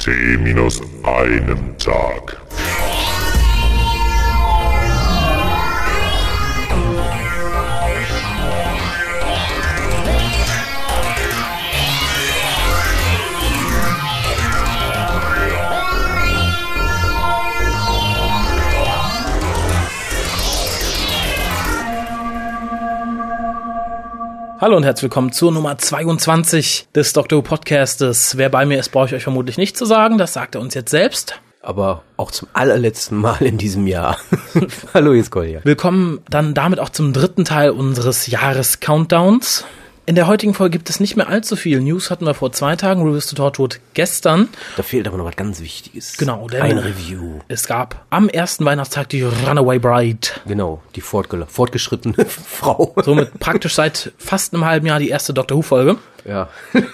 T-1 Tag. Hallo und herzlich willkommen zur Nummer 22 des Doctor Who Podcastes. Wer bei mir ist, brauche ich euch vermutlich nicht zu sagen, das sagt er uns jetzt selbst. Aber auch zum allerletzten Mal in diesem Jahr. Hallo, hier ist Kolja. Willkommen dann damit auch zum dritten Teil unseres Jahres-Countdowns. In der heutigen Folge gibt es nicht mehr allzu viel. News hatten wir vor 2 Tagen, Reviews to Torchwood gestern. Da fehlt aber noch was ganz Wichtiges. Genau. Ein Review. Es gab am ersten Weihnachtstag die Runaway Bride. Genau, die fortgeschrittene Frau. Somit praktisch seit fast einem halben Jahr die erste Doctor Who-Folge. Ja.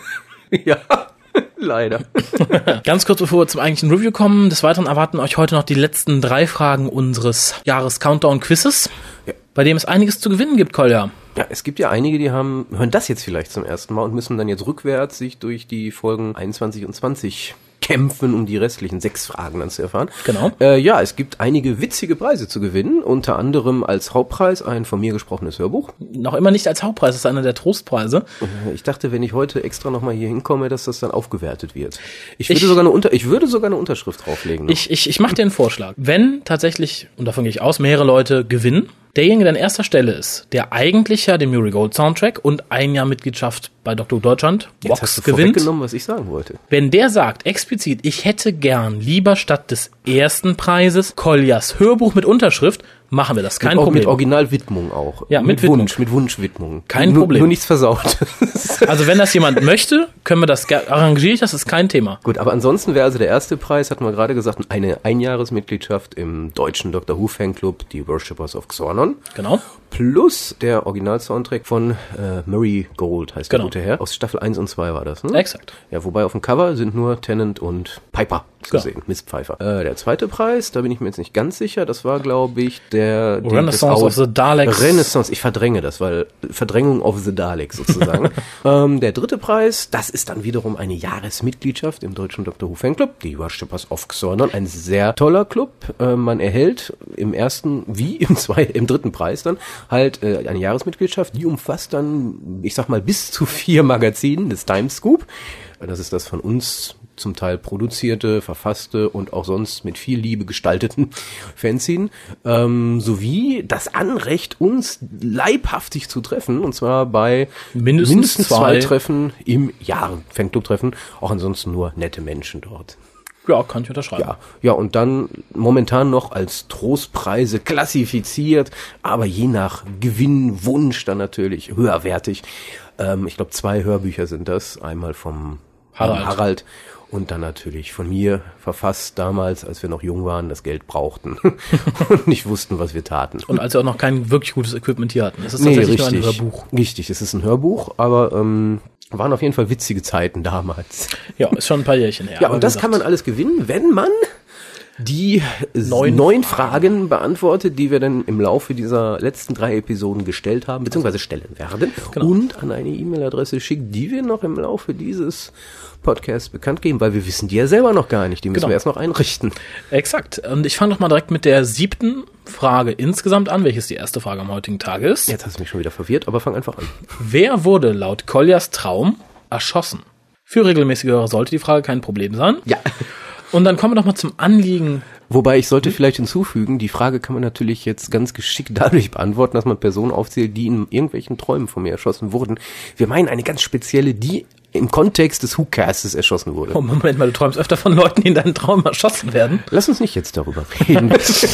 Ja, leider. Ganz kurz, bevor wir zum eigentlichen Review kommen. Des Weiteren erwarten euch heute noch die letzten 3 Fragen unseres Jahres-Countdown-Quizzes, ja, bei dem es einiges zu gewinnen gibt, Kolja. Ja, es gibt ja einige, die hören das jetzt vielleicht zum ersten Mal und müssen dann jetzt rückwärts sich durch die Folgen 21 und 20 kämpfen, um die restlichen 6 Fragen dann zu erfahren. Genau. Ja, es gibt einige witzige Preise zu gewinnen, unter anderem als Hauptpreis ein von mir gesprochenes Hörbuch. Noch immer nicht als Hauptpreis, das ist einer der Trostpreise. Ich dachte, wenn ich heute extra nochmal hier hinkomme, dass das dann aufgewertet wird. Ich würde sogar eine Unterschrift drauflegen. Noch. Ich mache dir einen Vorschlag. Wenn tatsächlich, und davon gehe ich aus, mehrere Leute gewinnen, derjenige, der an erster Stelle ist, der eigentlich ja den Murray Gold Soundtrack und 1 Jahr Mitgliedschaft bei Dr. Who Deutschland Box gewinnt. Vorweggenommen, was ich sagen wollte. Wenn der sagt explizit, ich hätte gern lieber statt des ersten Preises Koljas Hörbuch mit Unterschrift, machen wir das, kein Problem. Mit Originalwidmung auch. Ja, mit Wunschwidmung. Kein Problem. Nur nichts versaut. Also wenn das jemand möchte, können wir das, arrangiere ich, das ist kein Thema. Gut, aber ansonsten wäre also der erste Preis, hatten wir gerade gesagt, eine Einjahresmitgliedschaft im deutschen Doctor Who Fanclub, die Worshippers of Xornon. Genau. Plus der Original-Soundtrack von Murray Gold, heißt der gute Herr. Aus Staffel 1 und 2 war das, ne? Exakt. Ja, wobei auf dem Cover sind nur Tennant und Piper zu sehen, Miss Pfeiffer. Der zweite Preis, da bin ich mir jetzt nicht ganz sicher, das war, glaube ich, der Renaissance of the Daleks. Renaissance, ich verdränge das, weil Verdrängung of the Daleks sozusagen. Der dritte Preis, das ist dann wiederum eine Jahresmitgliedschaft im deutschen Doctor Who Fanclub, die Worshippers of Xornon, ein sehr toller Club. Man erhält im ersten wie im dritten Preis dann halt eine Jahresmitgliedschaft, die umfasst dann, ich sag mal, bis zu 4 Magazinen des Time Scoop. Das ist das von uns zum Teil produzierte, verfasste und auch sonst mit viel Liebe gestalteten Fanzine, sowie das Anrecht, uns leibhaftig zu treffen, und zwar bei mindestens 2 Treffen im Jahr, Fanclub-Treffen, auch ansonsten nur nette Menschen dort. Ja, kann ich unterschreiben. Ja, und dann momentan noch als Trostpreise klassifiziert, aber je nach Gewinnwunsch dann natürlich höherwertig. Ich glaube 2 Hörbücher sind das, einmal vom Harald und dann natürlich von mir verfasst damals, als wir noch jung waren, das Geld brauchten und nicht wussten, was wir taten. Und als wir auch noch kein wirklich gutes Equipment hier hatten. Es ist tatsächlich nur ein Hörbuch. Richtig, es ist ein Hörbuch, aber waren auf jeden Fall witzige Zeiten damals. Ja, ist schon ein paar Jährchen her. Ja, und das kann man alles gewinnen, wenn man die 9 Fragen beantwortet, die wir dann im Laufe dieser letzten 3 Episoden gestellt haben, beziehungsweise stellen werden, und an eine E-Mail-Adresse schickt, die wir noch im Laufe dieses Podcasts bekannt geben, weil wir wissen die ja selber noch gar nicht, die müssen wir erst noch einrichten. Exakt. Und ich fange doch mal direkt mit der 7. Frage insgesamt an, welches die erste Frage am heutigen Tage ist. Jetzt hast du mich schon wieder verwirrt, aber fang einfach an. Wer wurde laut Koljas Traum erschossen? Für regelmäßige Hörer sollte die Frage kein Problem sein. Ja. Und dann kommen wir doch mal zum Anliegen. Wobei ich sollte vielleicht hinzufügen, die Frage kann man natürlich jetzt ganz geschickt dadurch beantworten, dass man Personen aufzählt, die in irgendwelchen Träumen von mir erschossen wurden. Wir meinen eine ganz spezielle, die im Kontext des Who-Castes erschossen wurde. Oh, Moment mal, du träumst öfter von Leuten, die in deinem Traum erschossen werden? Lass uns nicht jetzt darüber reden.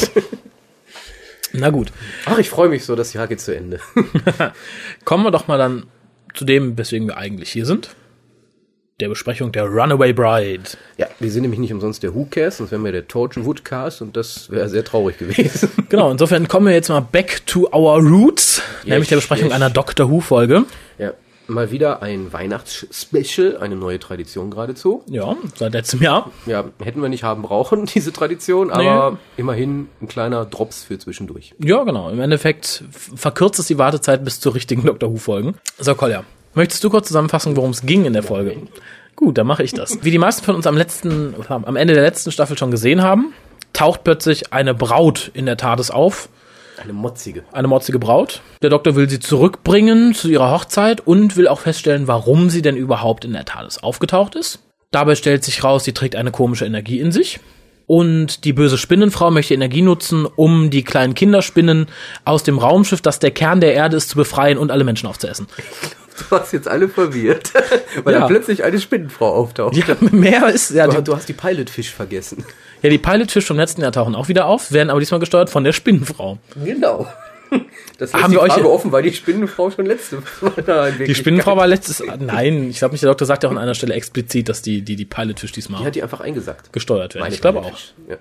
Na gut. Ach, ich freue mich so, das Jahr geht zu Ende. Kommen wir doch mal dann zu dem, weswegen wir eigentlich hier sind. Der Besprechung der Runaway Bride. Ja, wir sind nämlich nicht umsonst der Who-Cast, sonst wären wir der Torchwood-Cast und das wäre sehr traurig gewesen. Genau, insofern kommen wir jetzt mal back to our roots, nämlich der Besprechung einer Doctor Who-Folge. Ja, mal wieder ein Weihnachtsspecial, eine neue Tradition geradezu. Ja, seit letztem Jahr. Ja, hätten wir nicht haben brauchen, diese Tradition, aber immerhin ein kleiner Drops für zwischendurch. Ja, genau. Im Endeffekt verkürzt es die Wartezeit bis zur richtigen Doctor Who-Folgen. So, Kolja, möchtest du kurz zusammenfassen, worum es ging in der Folge? Gut, dann mache ich das. Wie die meisten von uns am Ende der letzten Staffel schon gesehen haben, taucht plötzlich eine Braut in der TARDIS auf. Eine motzige Braut. Der Doktor will sie zurückbringen zu ihrer Hochzeit und will auch feststellen, warum sie denn überhaupt in der TARDIS aufgetaucht ist. Dabei stellt sich raus, sie trägt eine komische Energie in sich. Und die böse Spinnenfrau möchte Energie nutzen, um die kleinen Kinderspinnen aus dem Raumschiff, das der Kern der Erde ist, zu befreien und alle Menschen aufzuessen. Du hast jetzt alle verwirrt, weil da plötzlich eine Spinnenfrau auftaucht. Ja, mehr ist... Ja, du hast die Pilotfish vergessen. Ja, die Pilotfish vom letzten Jahr tauchen auch wieder auf, werden aber diesmal gesteuert von der Spinnenfrau. Genau. Das haben wir Frage offen, weil die Spinnenfrau schon letztes Mal da in Die Spinnenfrau war letztes... Nein, ich glaube nicht, der Doktor sagt ja auch an einer Stelle explizit, dass die Pilotfish diesmal... Die hat die einfach eingesackt. Gesteuert werden. Ich glaube auch. Ja.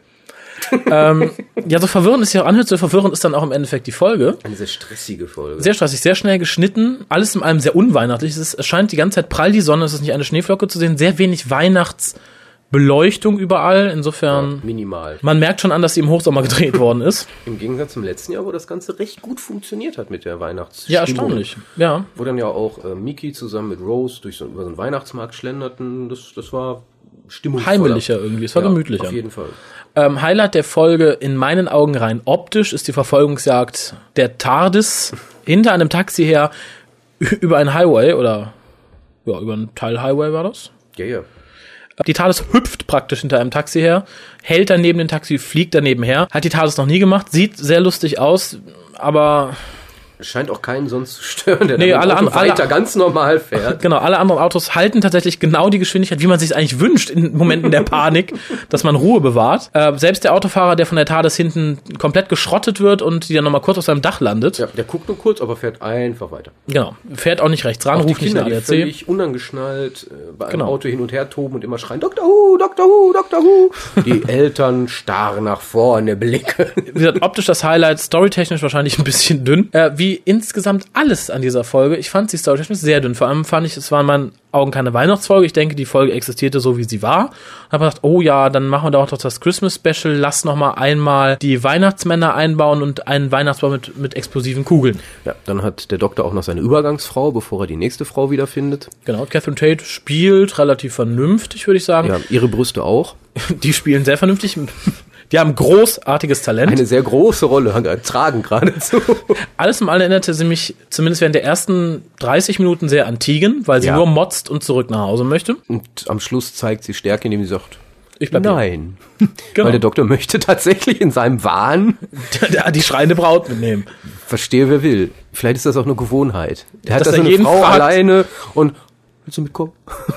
Ja, so verwirrend ist ja auch anhört, so verwirrend ist dann auch im Endeffekt die Folge. Eine sehr stressige Folge. Sehr stressig, sehr schnell geschnitten, alles in allem sehr unweihnachtlich. Es scheint die ganze Zeit prall die Sonne, es ist nicht eine Schneeflocke zu sehen, sehr wenig Weihnachtsbeleuchtung überall, insofern... Ja, minimal. Man merkt schon an, dass sie im Hochsommer gedreht worden ist. Im Gegensatz zum letzten Jahr, wo das Ganze recht gut funktioniert hat mit der Weihnachtsstimmung. Ja, erstaunlich, ja. Wo dann ja auch Miki zusammen mit Rose über so einen Weihnachtsmarkt schlenderten, das war stimmungsvoller. Heimeliger irgendwie, es war gemütlicher. Auf jeden Fall. Highlight der Folge in meinen Augen rein optisch ist die Verfolgungsjagd der TARDIS hinter einem Taxi her über einen Highway oder ja, über einen Teilhighway war das. Ja, ja. Die TARDIS hüpft praktisch hinter einem Taxi her, hält daneben den Taxi, fliegt daneben her. Hat die TARDIS noch nie gemacht, sieht sehr lustig aus, aber... Es scheint auch keinen sonst zu stören, der weiter ganz normal fährt. Genau, alle anderen Autos halten tatsächlich genau die Geschwindigkeit, wie man sich eigentlich wünscht in Momenten der Panik, dass man Ruhe bewahrt. Selbst der Autofahrer, der von der TARDIS hinten komplett geschrottet wird und die dann nochmal kurz auf seinem Dach landet. Ja, der guckt nur kurz, aber fährt einfach weiter. Genau, fährt auch nicht rechts ran, auch ruft die Kinder, nicht die völlig unangeschnallt bei einem Auto hin und her toben und immer schreien, Dr. Who, Dr. Who, Dr. Who. Die Eltern starren nach vorne, Blicke. Wie gesagt, optisch das Highlight, storytechnisch wahrscheinlich ein bisschen dünn. Wie insgesamt alles an dieser Folge. Ich fand sie storytechnisch sehr dünn. Vor allem fand ich, es war in meinen Augen keine Weihnachtsfolge. Ich denke, die Folge existierte so, wie sie war. Und habe gedacht, oh ja, dann machen wir doch das Christmas Special. Lass noch mal einmal die Weihnachtsmänner einbauen und einen Weihnachtsbaum mit explosiven Kugeln. Ja, dann hat der Doktor auch noch seine Übergangsfrau, bevor er die nächste Frau wiederfindet. Genau, Catherine Tate spielt relativ vernünftig, würde ich sagen. Ja, ihre Brüste auch. Die spielen sehr vernünftig. Die haben großartiges Talent. Eine sehr große Rolle, tragen geradezu. Alles im All erinnerte sie mich zumindest während der ersten 30 Minuten sehr an Tegan, weil sie nur motzt und zurück nach Hause möchte. Und am Schluss zeigt sie Stärke, indem sie sagt, ich bleib nein. Genau. Weil der Doktor möchte tatsächlich in seinem Wahn die schreiende Braut mitnehmen. Verstehe, wer will. Vielleicht ist das auch eine Gewohnheit. Der hat dass da so er eine Frau fragt. alleine und willst du mitkommen?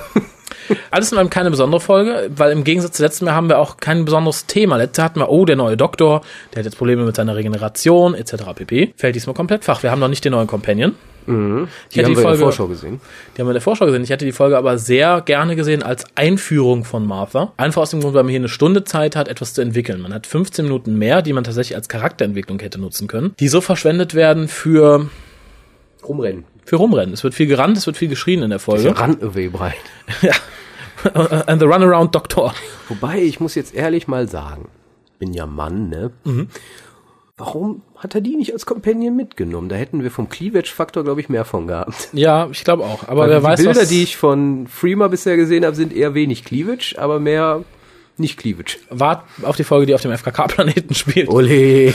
Alles in allem keine besondere Folge, weil im Gegensatz zu letztem Jahr haben wir auch kein besonderes Thema. Letztes Jahr hatten wir, der neue Doktor, der hat jetzt Probleme mit seiner Regeneration, etc. pp. Fällt diesmal komplett flach. Wir haben noch nicht den neuen Companion. Mhm. Die haben wir in der Vorschau gesehen. Die haben wir in der Vorschau gesehen. Ich hätte die Folge aber sehr gerne gesehen als Einführung von Martha. Einfach aus dem Grund, weil man hier eine Stunde Zeit hat, etwas zu entwickeln. Man hat 15 Minuten mehr, die man tatsächlich als Charakterentwicklung hätte nutzen können, die so verschwendet werden für Rumrennen. Es wird viel gerannt, es wird viel geschrien in der Folge. Runaway-Breit. Ja. And the Runaround Doctor. Wobei, ich muss jetzt ehrlich mal sagen, bin ja Mann, ne? Mhm. Warum hat er die nicht als Companion mitgenommen? Da hätten wir vom Cleavage-Faktor, glaube ich, mehr von gehabt. Ja, ich glaube auch. Aber weil wer weiß, die Bilder, die ich von Freema bisher gesehen habe, sind eher wenig Cleavage, aber mehr nicht Cleavage. Wart auf die Folge, die auf dem FKK-Planeten spielt. Ole.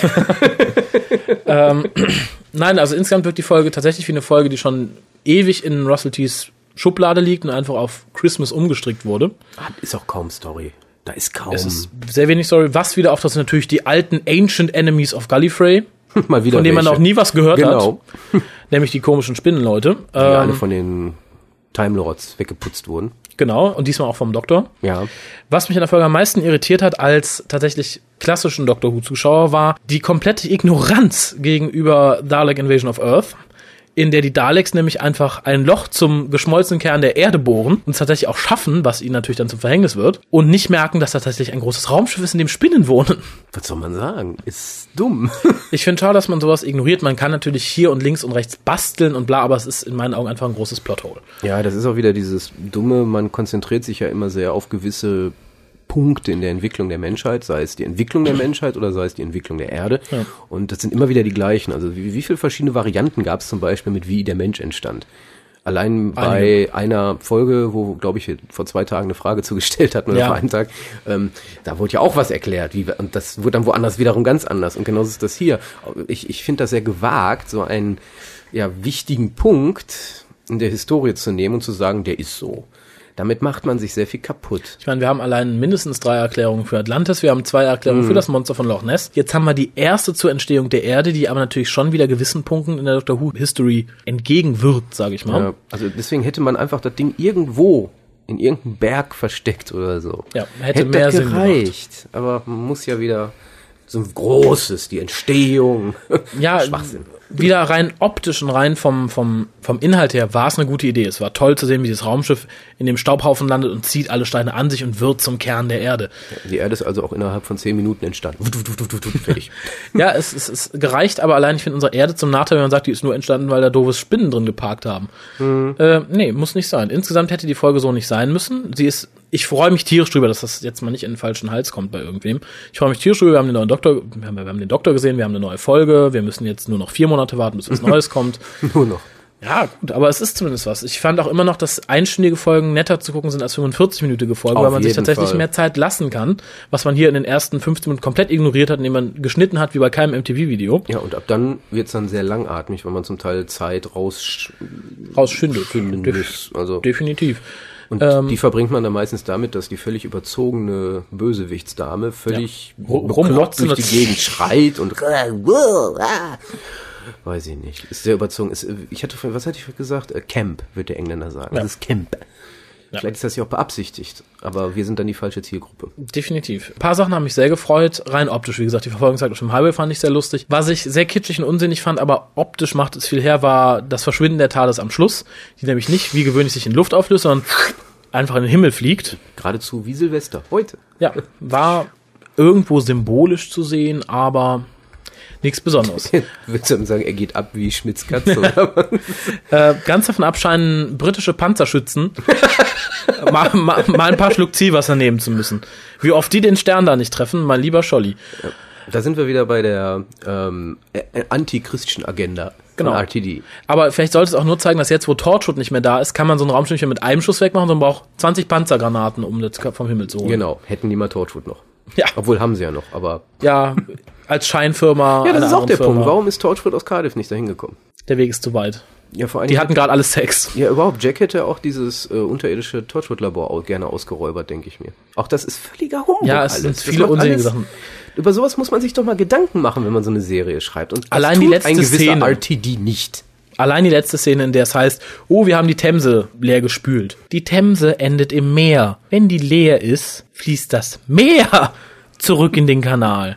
Nein, also insgesamt wirkt die Folge tatsächlich wie eine Folge, die schon ewig in Russell T's Schublade liegt und einfach auf Christmas umgestrickt wurde. Ist auch kaum Story. Da ist kaum. Es ist sehr wenig Story. Was wieder auftaucht, sind natürlich die alten Ancient Enemies of Gallifrey. Mal wieder von denen man noch nie was gehört hat. Nämlich die komischen Spinnenleute. Die alle von den Time Lords weggeputzt wurden. Genau, und diesmal auch vom Doktor. Ja. Was mich in der Folge am meisten irritiert hat als tatsächlich klassischen Doctor Who-Zuschauer war die komplette Ignoranz gegenüber Dalek Invasion of Earth, in der die Daleks nämlich einfach ein Loch zum geschmolzenen Kern der Erde bohren und es tatsächlich auch schaffen, was ihnen natürlich dann zum Verhängnis wird, und nicht merken, dass da tatsächlich ein großes Raumschiff ist, in dem Spinnen wohnen. Was soll man sagen? Ist dumm. Ich finde schade, dass man sowas ignoriert. Man kann natürlich hier und links und rechts basteln und bla, aber es ist in meinen Augen einfach ein großes Plothole. Ja, das ist auch wieder dieses Dumme, man konzentriert sich ja immer sehr auf gewisse Punkte in der Entwicklung der Menschheit, sei es die Entwicklung der Menschheit oder sei es die Entwicklung der Erde. Ja. Und das sind immer wieder die gleichen. Also wie viele verschiedene Varianten gab es zum Beispiel mit wie der Mensch entstand? Allein bei einer Folge, wo, glaube ich, vor 2 Tagen eine Frage zugestellt hatten oder vor einem Tag, da wurde ja auch was erklärt. Und das wurde dann woanders wiederum ganz anders. Und genauso ist das hier. Ich finde das sehr gewagt, so einen wichtigen Punkt in der Historie zu nehmen und zu sagen, der ist so. Damit macht man sich sehr viel kaputt. Ich meine, wir haben allein mindestens 3 Erklärungen für Atlantis, wir haben 2 Erklärungen für das Monster von Loch Ness. Jetzt haben wir die erste zur Entstehung der Erde, die aber natürlich schon wieder gewissen Punkten in der Doctor Who History entgegenwirkt, sage ich mal. Ja, also deswegen hätte man einfach das Ding irgendwo in irgendeinem Berg versteckt oder so. Ja, hätte mehr Sinn gereicht. Aber man muss ja wieder so ein großes, die Entstehung. Ja, Schwachsinn. Wieder rein optisch und rein vom Inhalt her war es eine gute Idee. Es war toll zu sehen, wie das Raumschiff in dem Staubhaufen landet und zieht alle Steine an sich und wird zum Kern der Erde. Die Erde ist also auch innerhalb von 10 Minuten entstanden. Fertig. Ja, es gereicht, aber allein, ich finde unsere Erde zum Nachteil, wenn man sagt, die ist nur entstanden, weil da doofe Spinnen drin geparkt haben. Nee, muss nicht sein. Insgesamt hätte die Folge so nicht sein müssen. Ich freue mich tierisch drüber, dass das jetzt mal nicht in den falschen Hals kommt bei irgendwem. Ich freue mich tierisch drüber, wir haben den Doktor gesehen, wir haben eine neue Folge, wir müssen jetzt nur noch 4 Monate warten, bis was Neues kommt. Nur noch. Ja, gut, aber es ist zumindest was. Ich fand auch immer noch, dass einstündige Folgen netter zu gucken sind als 45-minütige Folgen, weil man sich tatsächlich mehr Zeit lassen kann, was man hier in den ersten 15 Minuten komplett ignoriert hat, indem man geschnitten hat, wie bei keinem MTV-Video. Ja, und ab dann wird's dann sehr langatmig, weil man zum Teil Zeit rausschindet. muss. Also definitiv. Und die verbringt man dann meistens damit, dass die völlig überzogene Bösewichtsdame völlig bekloppt durch die Gegend schreit und weiß ich nicht. Ist sehr überzogen. Was hatte ich gesagt? Camp, wird der Engländer sagen. Das ist Camp. Ja. Vielleicht ist das ja auch beabsichtigt, aber wir sind dann die falsche Zielgruppe. Definitiv. Ein paar Sachen haben mich sehr gefreut, rein optisch, wie gesagt, die Verfolgungszeit auf dem Highway fand ich sehr lustig. Was ich sehr kitschig und unsinnig fand, aber optisch macht es viel her, war das Verschwinden der TARDIS am Schluss, die nämlich nicht wie gewöhnlich sich in Luft auflöst, sondern einfach in den Himmel fliegt. Geradezu wie Silvester, heute. Ja, war irgendwo symbolisch zu sehen, aber nichts Besonderes. Würdest du sagen, er geht ab wie Schmitz Katze, oder? Ganz davon ab scheinen britische Panzerschützen mal ein paar Schluck Zielwasser nehmen zu müssen. Wie oft die den Stern da nicht treffen, mein lieber Scholli. Ja, da sind wir wieder bei der antichristlichen Agenda von RTD. Aber vielleicht sollte es auch nur zeigen, dass jetzt, wo Torchwood nicht mehr da ist, kann man so ein Raumschiff nicht mehr mit einem Schuss wegmachen, sondern braucht 20 Panzergranaten, um das vom Himmel zu holen. Genau, hätten die mal Torchwood noch. Ja. Obwohl haben sie ja noch, aber... Ja, als Scheinfirma. Ja, das ist auch der Punkt. Warum ist Torchwood aus Cardiff nicht dahin gekommen? Der Weg ist zu weit. Ja, vor allem die hatten gerade alles Sex. Ja, überhaupt. Jack hätte auch dieses unterirdische Torchwood-Labor gerne ausgeräubert, denke ich mir. Auch das ist völliger Humbug. Ja, es sind viele unsinnige Sachen. Über sowas muss man sich doch mal Gedanken machen, wenn man so eine Serie schreibt. Und allein die letzte ein gewisser Szene. RTD nicht. Allein die letzte Szene, in der es heißt, wir haben die Themse leer gespült. Die Themse endet im Meer. Wenn die leer ist, fließt das Meer zurück in den Kanal.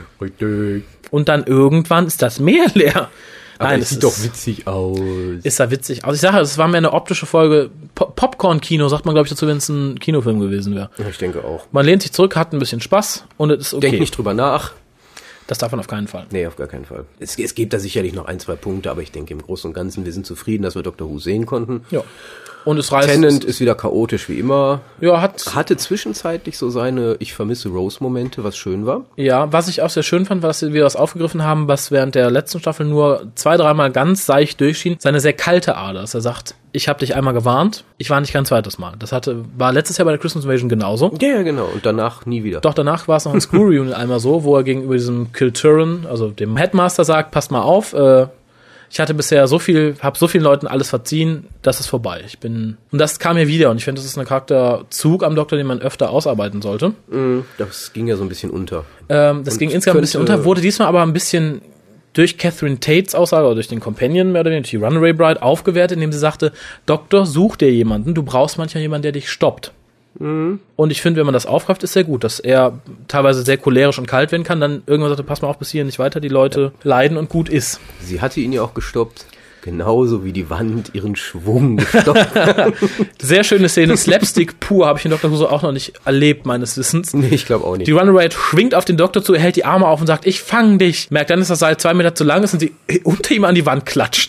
Und dann irgendwann ist das Meer leer. Aber nein, es sieht doch witzig aus. Ist da witzig aus. Ich sage, es war mehr eine optische Folge. Popcorn-Kino, sagt man, glaube ich, dazu, wenn es ein Kinofilm gewesen wäre. Ja, ich denke auch. Man lehnt sich zurück, hat ein bisschen Spaß und es ist okay. Denkt nicht drüber nach. Das darf man auf keinen Fall. Nee, auf gar keinen Fall. Es gibt da sicherlich noch 1, 2 Punkte, aber ich denke im Großen und Ganzen, wir sind zufrieden, dass wir Doctor Who sehen konnten. Ja. Und es reißt. Tennant ist wieder chaotisch wie immer. Ja, hatte zwischenzeitlich so seine Ich vermisse Rose-Momente, was schön war. Ja, was ich auch sehr schön fand, war, dass wir das aufgegriffen haben, was während der letzten Staffel nur 2, 3 Mal ganz seicht durchschien. Seine sehr kalte Ader, dass er sagt, ich habe dich einmal gewarnt, ich war nicht kein zweites Mal. Das war letztes Jahr bei der Christmas Invasion genauso. Ja, genau. Und danach nie wieder. Doch, danach war es noch ein Screw Reunion einmal so, wo er gegenüber diesem Kilturan, also dem Headmaster sagt, passt mal auf, ich hatte bisher habe so vielen Leuten alles verziehen, das ist vorbei. Und das kam hier wieder und ich finde, das ist ein Charakterzug am Doktor, den man öfter ausarbeiten sollte. Das ging ja so ein bisschen unter. Das ging insgesamt ein bisschen unter, wurde diesmal aber ein bisschen durch Catherine Tates Aussage oder durch den Companion, mehr oder weniger, die Runaway Bride, aufgewertet, indem sie sagte, Doktor, such dir jemanden, du brauchst manchmal jemanden, der dich stoppt. Und ich finde, wenn man das aufgreift, ist sehr gut, dass er teilweise sehr cholerisch und kalt werden kann, dann irgendwann sagte, pass mal auf, bis hier nicht weiter, die Leute leiden und gut ist. Sie hatte ihn ja auch gestoppt, genauso wie die Wand ihren Schwung gestoppt. Sehr schöne Szene, Slapstick pur, habe ich in Dr. Who auch noch nicht erlebt, meines Wissens. Nee, ich glaube auch nicht. Die Runaway schwingt auf den Doktor zu, er hält die Arme auf und sagt, ich fang dich. Merkt dann, dass das Seil 2 Meter zu lang ist und sie unter ihm an die Wand klatscht.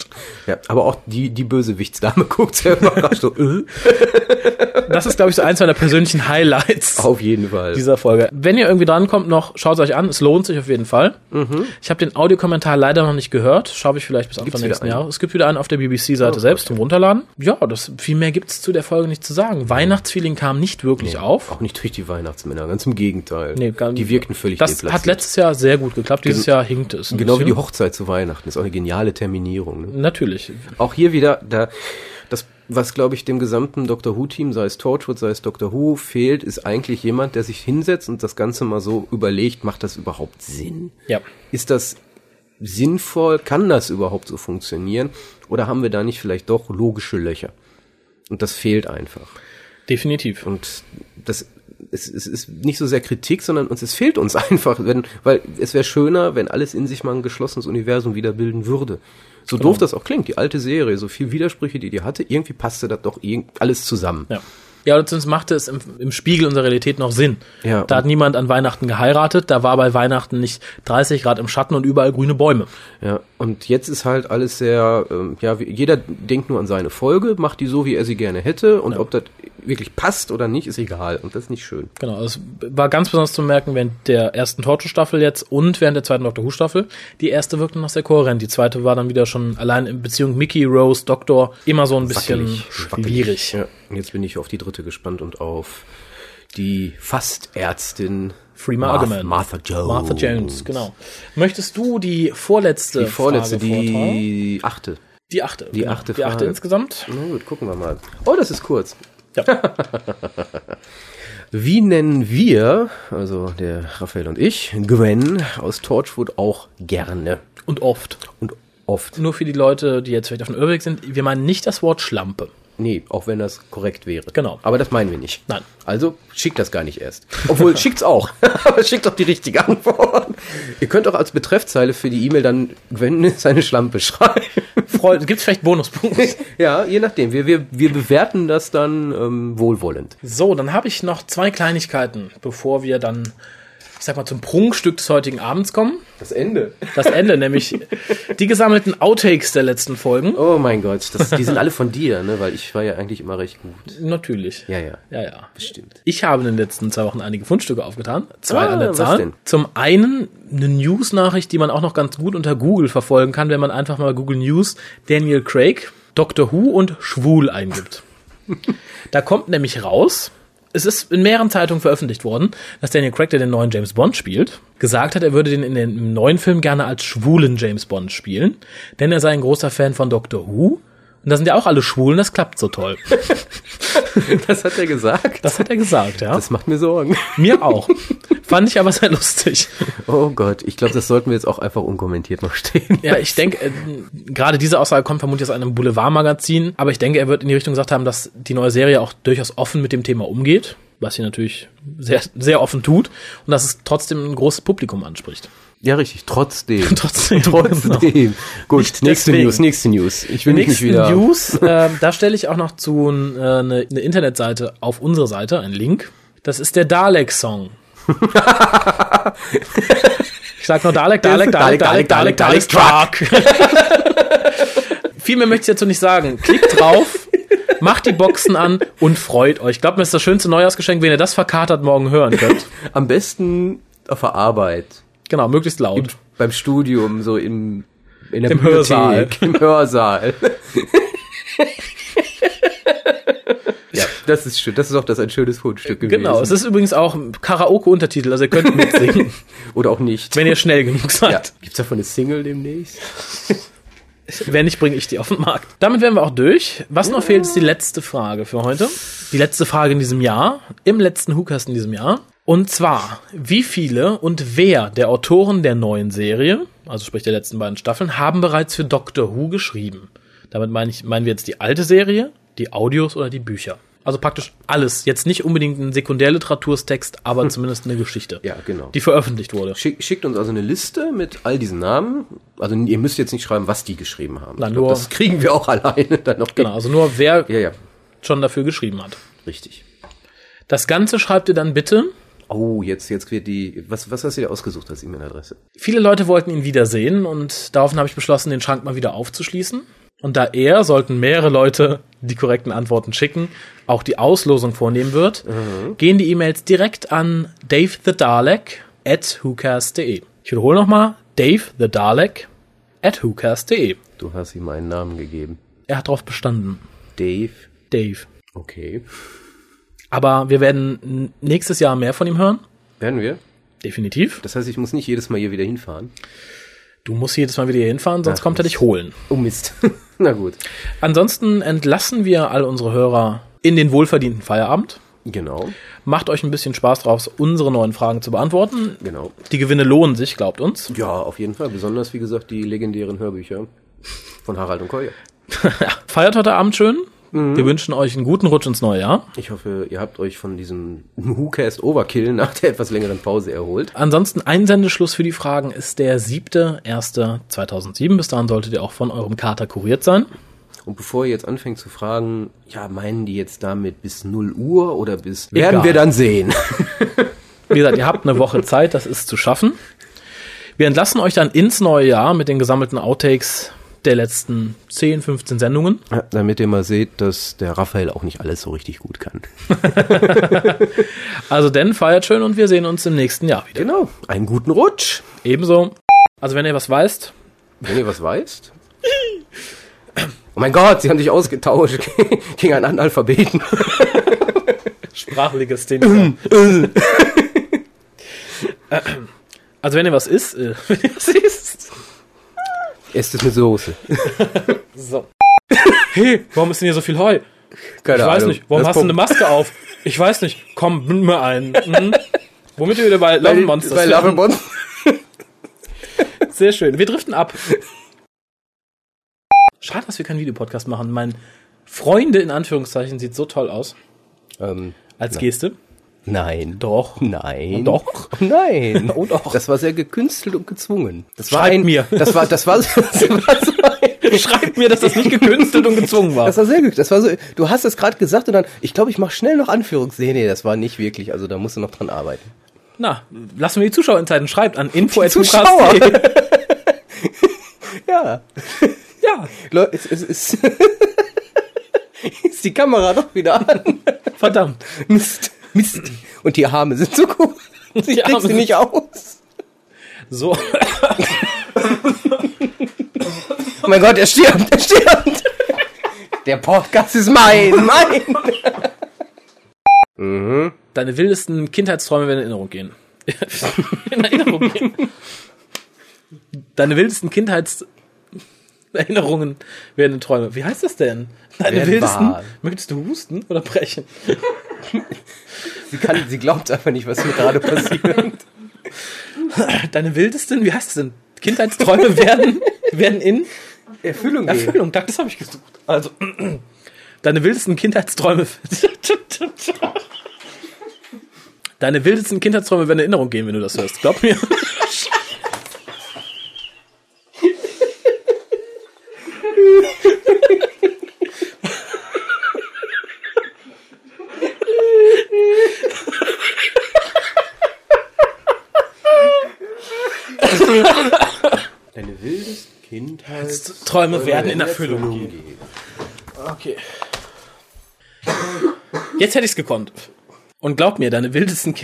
Ja, aber auch die Bösewichtsdame guckt sehr überrascht so. Das ist, glaube ich, so eins meiner persönlichen Highlights. Auf jeden Fall. Dieser Folge. Wenn ihr irgendwie drankommt noch, schaut es euch an. Es lohnt sich auf jeden Fall. Ich habe den Audiokommentar leider noch nicht gehört. Schaffe ich vielleicht bis Anfang nächsten Jahres. Es gibt wieder einen auf der BBC-Seite selbst zum Runterladen. Ja, viel mehr gibt's zu der Folge nicht zu sagen. Weihnachtsfeeling kam nicht wirklich auf. Auch nicht durch die Weihnachtsmänner, ganz im Gegenteil. Nee, die wirkten völlig Das deplatziert. hat letztes Jahr sehr gut geklappt. Dieses Jahr hinkte es. Genau wie die Hochzeit zu Weihnachten. Ist auch eine geniale Terminierung. Ne? Natürlich. Auch hier wieder, das, was glaube ich dem gesamten Doctor Who-Team, sei es Torchwood, sei es Doctor Who, fehlt, ist eigentlich jemand, der sich hinsetzt und das Ganze mal so überlegt, macht das überhaupt Sinn? Ja. Ist das sinnvoll? Kann das überhaupt so funktionieren? Oder haben wir da nicht vielleicht doch logische Löcher? Und das fehlt einfach. Definitiv. Und es ist nicht so sehr Kritik, sondern es fehlt uns einfach, weil es wäre schöner, wenn alles in sich mal ein geschlossenes Universum wieder bilden würde. So doof das auch klingt, die alte Serie, so viel Widersprüche, die hatte, irgendwie passte das doch alles zusammen. Ja. Ja, oder zumindest machte es im Spiegel unserer Realität noch Sinn. Ja, da hat niemand an Weihnachten geheiratet, da war bei Weihnachten nicht 30 Grad im Schatten und überall grüne Bäume. Ja, und jetzt ist halt alles sehr, jeder denkt nur an seine Folge, macht die so, wie er sie gerne hätte und ob das wirklich passt oder nicht, ist egal und das ist nicht schön. Genau, es war ganz besonders zu merken während der ersten Torture-Staffel jetzt und während der zweiten Doctor Who-Staffel. Die erste wirkte noch sehr kohärent, die zweite war dann wieder schon allein in Beziehung Mickey, Rose, Doktor immer so ein bisschen schwierig. Ja, und jetzt bin ich auf die dritte gespannt und auf die Fastärztin Martha Jones. Martha Jones, genau. Möchtest du die vorletzte Frage die achte. Die achte. Die achte insgesamt. Na gut, gucken wir mal. Oh, das ist kurz. Ja. Wie nennen wir, also der Raphael und ich, Gwen aus Torchwood auch gerne? Und oft. Nur für die Leute, die jetzt vielleicht auf dem Irrweg sind, wir meinen nicht das Wort Schlampe. Nee, auch wenn das korrekt wäre. Genau. Aber das meinen wir nicht. Nein. Also schickt das gar nicht erst. Obwohl, schickt's auch. Aber schickt doch die richtige Antwort. Ihr könnt auch als Betreffzeile für die E-Mail dann Gwen ist eine Schlampe schreiben. Gibt's vielleicht Bonuspunkte? Ja, je nachdem. Wir bewerten das dann wohlwollend. So, dann habe ich noch 2 Kleinigkeiten, bevor wir dann, ich sag mal, zum Prunkstück des heutigen Abends kommen. Das Ende, nämlich die gesammelten Outtakes der letzten Folgen. Oh mein Gott, die sind alle von dir, ne? Weil ich war ja eigentlich immer recht gut. Natürlich. Ja. Bestimmt. Ich habe in den letzten 2 Wochen einige Fundstücke aufgetan. 2 an der Zahl. Was denn? Zum einen eine News-Nachricht, die man auch noch ganz gut unter Google verfolgen kann, wenn man einfach mal Google News Daniel Craig, Doctor Who und schwul eingibt. Da kommt nämlich raus, es ist in mehreren Zeitungen veröffentlicht worden, dass Daniel Craig, der den neuen James Bond spielt, gesagt hat, er würde den im neuen Film gerne als schwulen James Bond spielen, denn er sei ein großer Fan von Doctor Who. Und da sind ja auch alle Schwulen, das klappt so toll. Das hat er gesagt? Das hat er gesagt, ja. Das macht mir Sorgen. Mir auch. Fand ich aber sehr lustig. Oh Gott, ich glaube, das sollten wir jetzt auch einfach unkommentiert noch stehen. Ja, ich denke, gerade diese Aussage kommt vermutlich aus einem Boulevardmagazin, aber ich denke, er wird in die Richtung gesagt haben, dass die neue Serie auch durchaus offen mit dem Thema umgeht, was sie natürlich sehr, sehr offen tut und dass es trotzdem ein großes Publikum anspricht. Ja, richtig, trotzdem. Genau. Gut, Nicht nächste News. Ich will nicht wieder. News, da stelle ich auch noch zu eine Internetseite auf unsere Seite, einen Link. Das ist der Dalek-Song. Ich sag nur Dalek, Truck. Viel mehr möchte ich dazu nicht sagen. Klickt drauf, macht die Boxen an und freut euch. Ich glaube, das ist das schönste Neujahrsgeschenk, wenn ihr das verkatert morgen hören könnt. Am besten auf der Arbeit. Genau, möglichst laut. Beim Studium, so in der Im Hörsaal. Im Hörsaal. Ja, das ist schön. Das ist auch ein schönes Fundstück gewesen. Genau, es ist übrigens auch Karaoke-Untertitel, also ihr könnt mitsingen. Oder auch nicht. Wenn ihr schnell genug seid. Ja. Gibt's davon eine Single demnächst? Wenn nicht, bringe ich die auf den Markt. Damit wären wir auch durch. Was noch fehlt, ist die letzte Frage für heute. Die letzte Frage in diesem Jahr. Im letzten WhoCast in diesem Jahr. Und zwar, wie viele und wer der Autoren der neuen Serie, also sprich der letzten beiden Staffeln, haben bereits für Doctor Who geschrieben? Damit meinen wir jetzt die alte Serie, die Audios oder die Bücher. Also praktisch alles. Jetzt nicht unbedingt ein Sekundärliteraturstext, aber zumindest eine Geschichte. Ja, genau. Die veröffentlicht wurde. Schickt uns also eine Liste mit all diesen Namen. Also ihr müsst jetzt nicht schreiben, was die geschrieben haben. Nein, das kriegen wir auch alleine dann noch. Genau, also nur wer ja. schon dafür geschrieben hat. Richtig. Das Ganze schreibt ihr dann bitte. Oh, jetzt wird die. Was hast du dir ausgesucht als E-Mail-Adresse? Viele Leute wollten ihn wiedersehen und daraufhin habe ich beschlossen, den Schrank mal wieder aufzuschließen. Und da sollten mehrere Leute die korrekten Antworten schicken, auch die Auslosung vornehmen wird, gehen die E-Mails direkt an davethedalek@whocast.de. Ich wiederhole nochmal, davethedalek@whocast.de. Du hast ihm einen Namen gegeben. Er hat darauf bestanden. Dave. Dave. Okay. Aber wir werden nächstes Jahr mehr von ihm hören. Werden wir? Definitiv. Das heißt, ich muss nicht jedes Mal hier wieder hinfahren. Du musst jedes Mal wieder hier hinfahren, sonst kommt er dich holen. Oh Mist. Na gut. Ansonsten entlassen wir all unsere Hörer in den wohlverdienten Feierabend. Genau. Macht euch ein bisschen Spaß drauf, unsere neuen Fragen zu beantworten. Genau. Die Gewinne lohnen sich, glaubt uns. Ja, auf jeden Fall. Besonders, wie gesagt, die legendären Hörbücher von Harald und Kolja. Ja. Feiert heute Abend schön. Wir wünschen euch einen guten Rutsch ins neue Jahr. Ich hoffe, ihr habt euch von diesem WhoCast Overkill nach der etwas längeren Pause erholt. Ansonsten Einsendeschluss für die Fragen ist der 7.1.2007. Bis dahin solltet ihr auch von eurem Kater kuriert sein. Und bevor ihr jetzt anfängt zu fragen, ja, meinen die jetzt damit bis 0 Uhr oder bis... Egal. Werden wir dann sehen. Wie gesagt, ihr habt eine Woche Zeit, das ist zu schaffen. Wir entlassen euch dann ins neue Jahr mit den gesammelten Outtakes der letzten 10, 15 Sendungen. Ja, damit ihr mal seht, dass der Raphael auch nicht alles so richtig gut kann. Also denn, feiert schön und wir sehen uns im nächsten Jahr wieder. Genau, einen guten Rutsch. Ebenso. Also wenn ihr was weißt. Wenn ihr was weißt. Oh mein Gott, sie haben sich ausgetauscht gegen einen Analphabeten. Sprachliches Thema. Also wenn ihr was isst, Esst es mit Soße. So. Hey, warum ist denn hier so viel Heu? Keine Ich weiß Ahnung. nicht. Warum Das hast du eine Maske auf? Ich weiß nicht. Komm, nimm mir einen. Womit wir wieder bei Love Monsters Bei Love Monsters. Sehr schön. Wir driften ab. Schade, dass wir keinen Videopodcast machen. Mein Freunde in Anführungszeichen sieht so toll aus. Als Geste. Nein. Doch. Nein. Doch. Nein. Oh doch. Das war sehr gekünstelt und gezwungen. Das war Schreibt mir. Das war Schreibt mir, dass das nicht gekünstelt und gezwungen war. Das war sehr gut. Das war so, du hast es gerade gesagt und dann, ich glaube, ich mache schnell noch Anführungszeichen. Nee, das war nicht wirklich, also da musst du noch dran arbeiten. Na, lassen wir die Zuschauer in Zeiten. Schreibt an Zuschauer. Ja. Ja. Leute, es ist die Kamera doch wieder an. Verdammt. Mist. Und die Arme sind so gut. Ich krieg sie nicht aus. So. Oh mein Gott, er stirbt. Der Podcast ist mein. Mhm. Deine wildesten Kindheitsträume werden in Erinnerung gehen. In Erinnerung gehen. Deine wildesten Kindheitserinnerungen werden in Träume. Wie heißt das denn? Deine wildesten... wahr. Möchtest du husten oder brechen? Sie glaubt einfach nicht, was mir gerade passiert. Deine wildesten, wie heißt das denn? Kindheitsträume werden in Erfüllung. Erfüllung. Das habe ich gesucht. Also, deine wildesten Kindheitsträume... Deine wildesten Kindheitsträume werden in Erinnerung gehen, wenn du das hörst. Glaub mir. Deine wildesten Kindheitsträume werden in Erfüllung gehen. Okay. Jetzt hätte ich es gekonnt. Und glaub mir, deine wildesten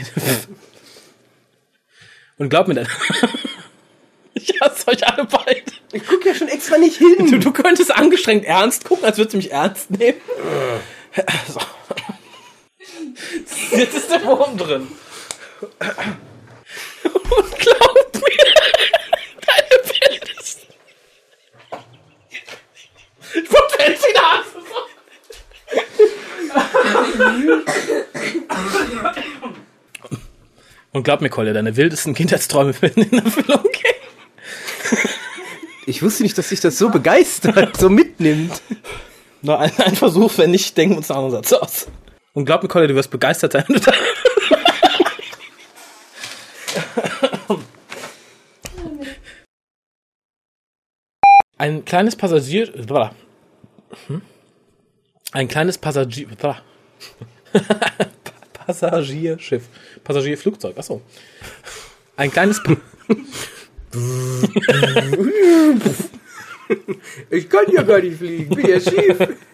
Und glaub mir, ich hasse euch alle beide. Ich guck ja schon extra nicht hin. Du könntest angestrengt ernst gucken, als würdest du mich ernst nehmen. So. Jetzt ist der Wurm drin. Und glaub mir, deine wildesten... Ich verpetze die Nase. Und glaub mir, Kolja, deine wildesten Kindheitsträume werden in Erfüllung gehen. Ich wusste nicht, dass sich das so begeistert, so mitnimmt. Nur ein Versuch, wenn nicht, denken wir uns einen anderen Satz aus. Und glaub mir, Kolja, du wirst begeistert sein. Ein kleines Passagierschiff. Passagierflugzeug, achso. Ein kleines Ich kann ja gar nicht fliegen, bin ja schief.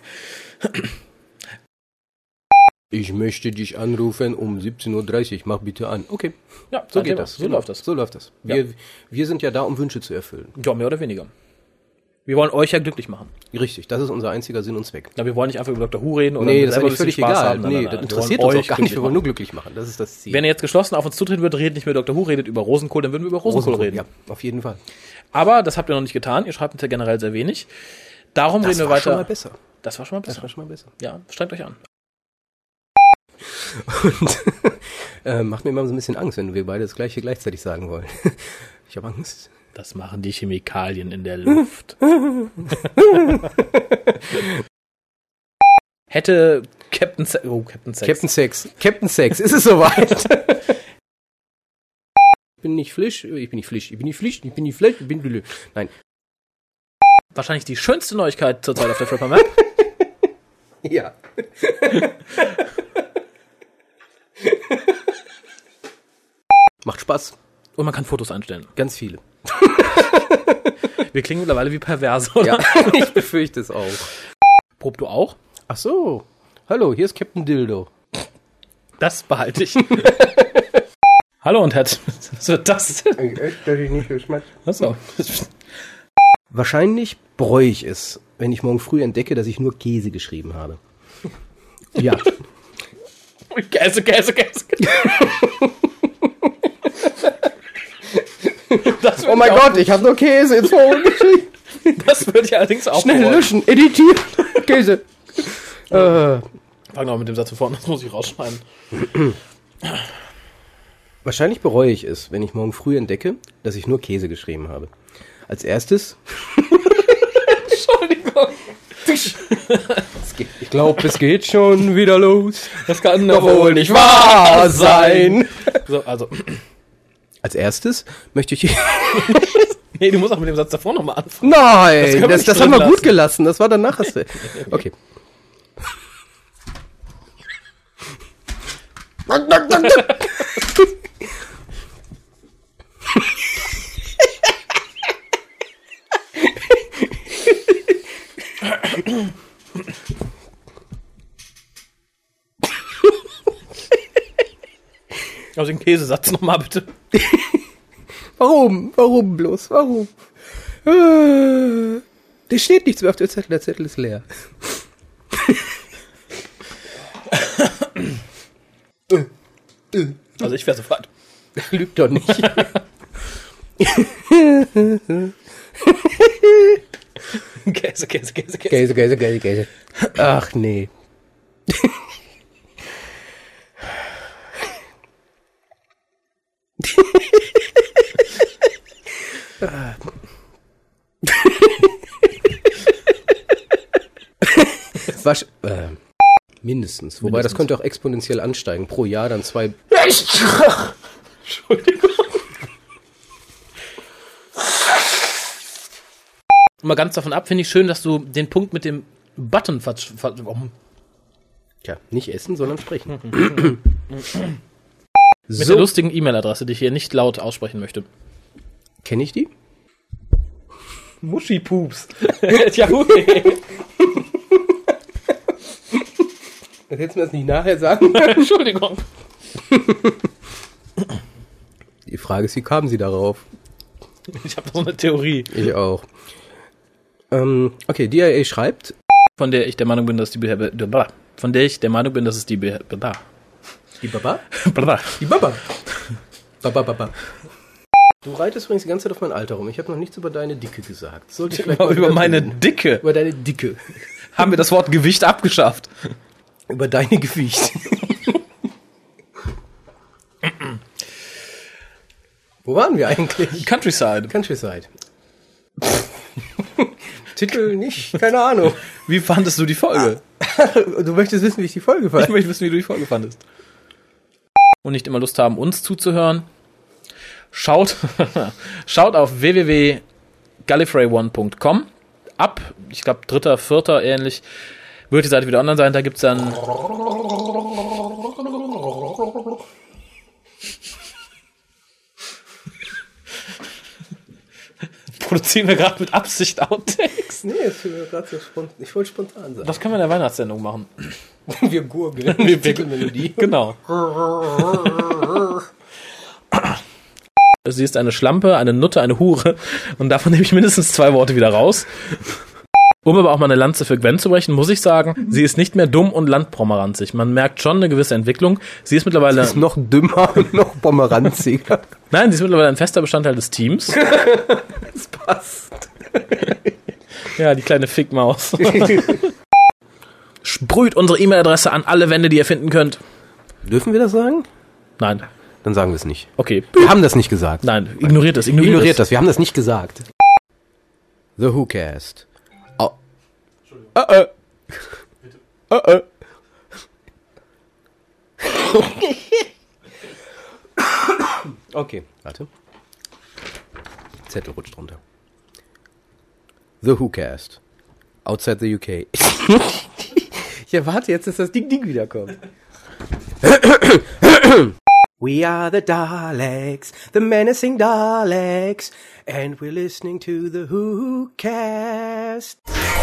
Ich möchte dich anrufen um 17:30 Uhr, mach bitte an. Okay. Ja, So geht das. So läuft das. So läuft das. Ja. Wir sind ja da, um Wünsche zu erfüllen. Ja, mehr oder weniger. Wir wollen euch ja glücklich machen. Richtig, das ist unser einziger Sinn und Zweck. Ja, wir wollen nicht einfach über Dr. Who reden oder Nee, das ist selber eigentlich ein bisschen völlig Spaß egal. haben. Nein, Nee, nein, das nein. interessiert Wir uns wollen auch gar euch nicht. Wir wollen glücklich nur glücklich machen. Das ist das Ziel. Wenn ihr jetzt geschlossen auf uns zutreten würdet, redet nicht mehr über Dr. Who, redet über Rosenkohl, dann würden wir über Rosenkohl reden. Ja, auf jeden Fall. Aber das habt ihr noch nicht getan. Ihr schreibt uns ja generell sehr wenig. Darum reden wir war weiter. schon mal besser. Das war schon mal Das besser. war schon mal besser. Ja, strengt euch an. Und macht mir immer so ein bisschen Angst, wenn wir beide das Gleiche gleichzeitig sagen wollen. Ich habe Angst. Das machen die Chemikalien in der Luft. Hätte Captain Sex. Captain Sex, ist es soweit? Ich bin nicht Flisch. Nein. Wahrscheinlich die schönste Neuigkeit zurzeit auf der Flipper Map. Ja. Macht Spaß. Und man kann Fotos einstellen. Ganz viele. Wir klingen mittlerweile wie pervers, oder? Ja, ich befürchte es auch. Prob du auch? Ach so. Hallo, hier ist Captain Dildo. Das behalte ich. Hallo und herzlich. Was wird das denn? Dass ich nicht geschmatzt. Achso. Wahrscheinlich bereue ich es, wenn ich morgen früh entdecke, dass ich nur Käse geschrieben habe. Ja. Käse. Oh mein Gott, ich habe nur Käse ins Forum geschrieben. Das würde ich allerdings auch Schnell bereuen. löschen, editieren. Käse. Fang noch mit dem Satz vorne, das muss ich rausschneiden. Wahrscheinlich bereue ich es, wenn ich morgen früh entdecke, dass ich nur Käse geschrieben habe. Als erstes... Entschuldigung. Ich glaube, es geht schon wieder los. Das kann Doch wohl nicht wahr sein. So, also. Als erstes möchte ich... Nee, du musst auch mit dem Satz davor nochmal anfangen. Nein, können wir das nicht haben wir drin gut lassen. gelassen. Das war danach. Okay. Also den Käsesatz nochmal bitte. Warum? Warum bloß? Warum? Da steht nichts mehr auf dem Zettel. Der Zettel ist leer. Also ich wäre sofort. Lügt doch nicht. Käse. Käse. Ach nee. Mindestens. Wobei, das könnte auch exponentiell ansteigen. Pro Jahr dann 2... Entschuldigung. Mal ganz davon ab, finde ich schön, dass du den Punkt mit dem Button Tja, nicht essen, sondern sprechen. mit der lustigen E-Mail-Adresse, die ich hier nicht laut aussprechen möchte. Kenne ich die? Muschi-Pups. Tja, Das hättest du mir das nicht nachher sagen. Entschuldigung. Die Frage ist, wie kamen Sie darauf? Ich habe so eine Theorie. Ich auch. Okay, DIA schreibt... Von der ich der Meinung bin, dass die Von der ich der Meinung bin, dass es die Die Baba? Die Baba. Baba. Du reitest übrigens die ganze Zeit auf mein Alter rum. Ich habe noch nichts über deine Dicke gesagt. Sollte ich vielleicht mal über wieder meine tun. Dicke. Über deine Dicke. Haben wir das Wort Gewicht abgeschafft. Über deine Gewicht. Wo waren wir eigentlich? Countryside. Countryside. Titel nicht, keine Ahnung. Wie fandest du die Folge? Du möchtest wissen, wie ich die Folge Ich fand? möchte wissen, wie du die Folge fandest. Und nicht immer Lust haben, uns zuzuhören. Schaut auf www.gallifrey1.com. Ab, ich glaube 3., 4. ähnlich, wird die Seite wieder online sein. Da gibt's dann... Produzieren wir gerade mit Absicht Outtakes? Nee, es fiel mir gerade so spontan. Ich wollte spontan sein. Das können wir in der Weihnachtssendung machen. Wir gurgeln. Wir Titelmelodie. Genau. Sie ist eine Schlampe, eine Nutte, eine Hure. Und davon nehme ich mindestens 2 Worte wieder raus. Um aber auch mal eine Lanze für Gwen zu brechen, muss ich sagen, sie ist nicht mehr dumm und landpomeranzig. Man merkt schon eine gewisse Entwicklung. Sie ist mittlerweile... Sie ist noch dümmer und noch pomeranziger. Nein, sie ist mittlerweile ein fester Bestandteil des Teams. Das passt. Ja, die kleine Fickmaus. Sprüht unsere E-Mail-Adresse an alle Wände, die ihr finden könnt. Dürfen wir das sagen? Nein. Dann sagen wir es nicht. Okay. Wir haben das nicht gesagt. Nein, ignoriert es. Ignoriert das, wir haben das nicht gesagt. The Who Cast. Oh. Okay, warte. Zettel rutscht runter. The Who Cast. Outside the UK. Ich erwarte jetzt, dass das Ding wiederkommt. We are the Daleks, the menacing Daleks, and we're listening to the Who Cast.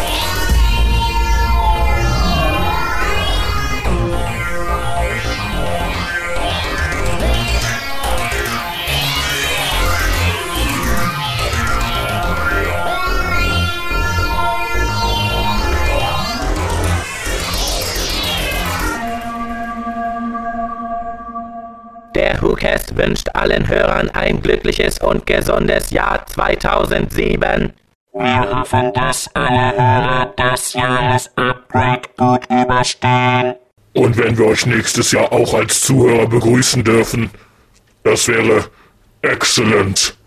Der WhoCast wünscht allen Hörern ein glückliches und gesundes Jahr 2007. Wir hoffen, dass alle Hörer das Jahresupgrade gut überstehen. Und wenn wir euch nächstes Jahr auch als Zuhörer begrüßen dürfen, das wäre exzellent.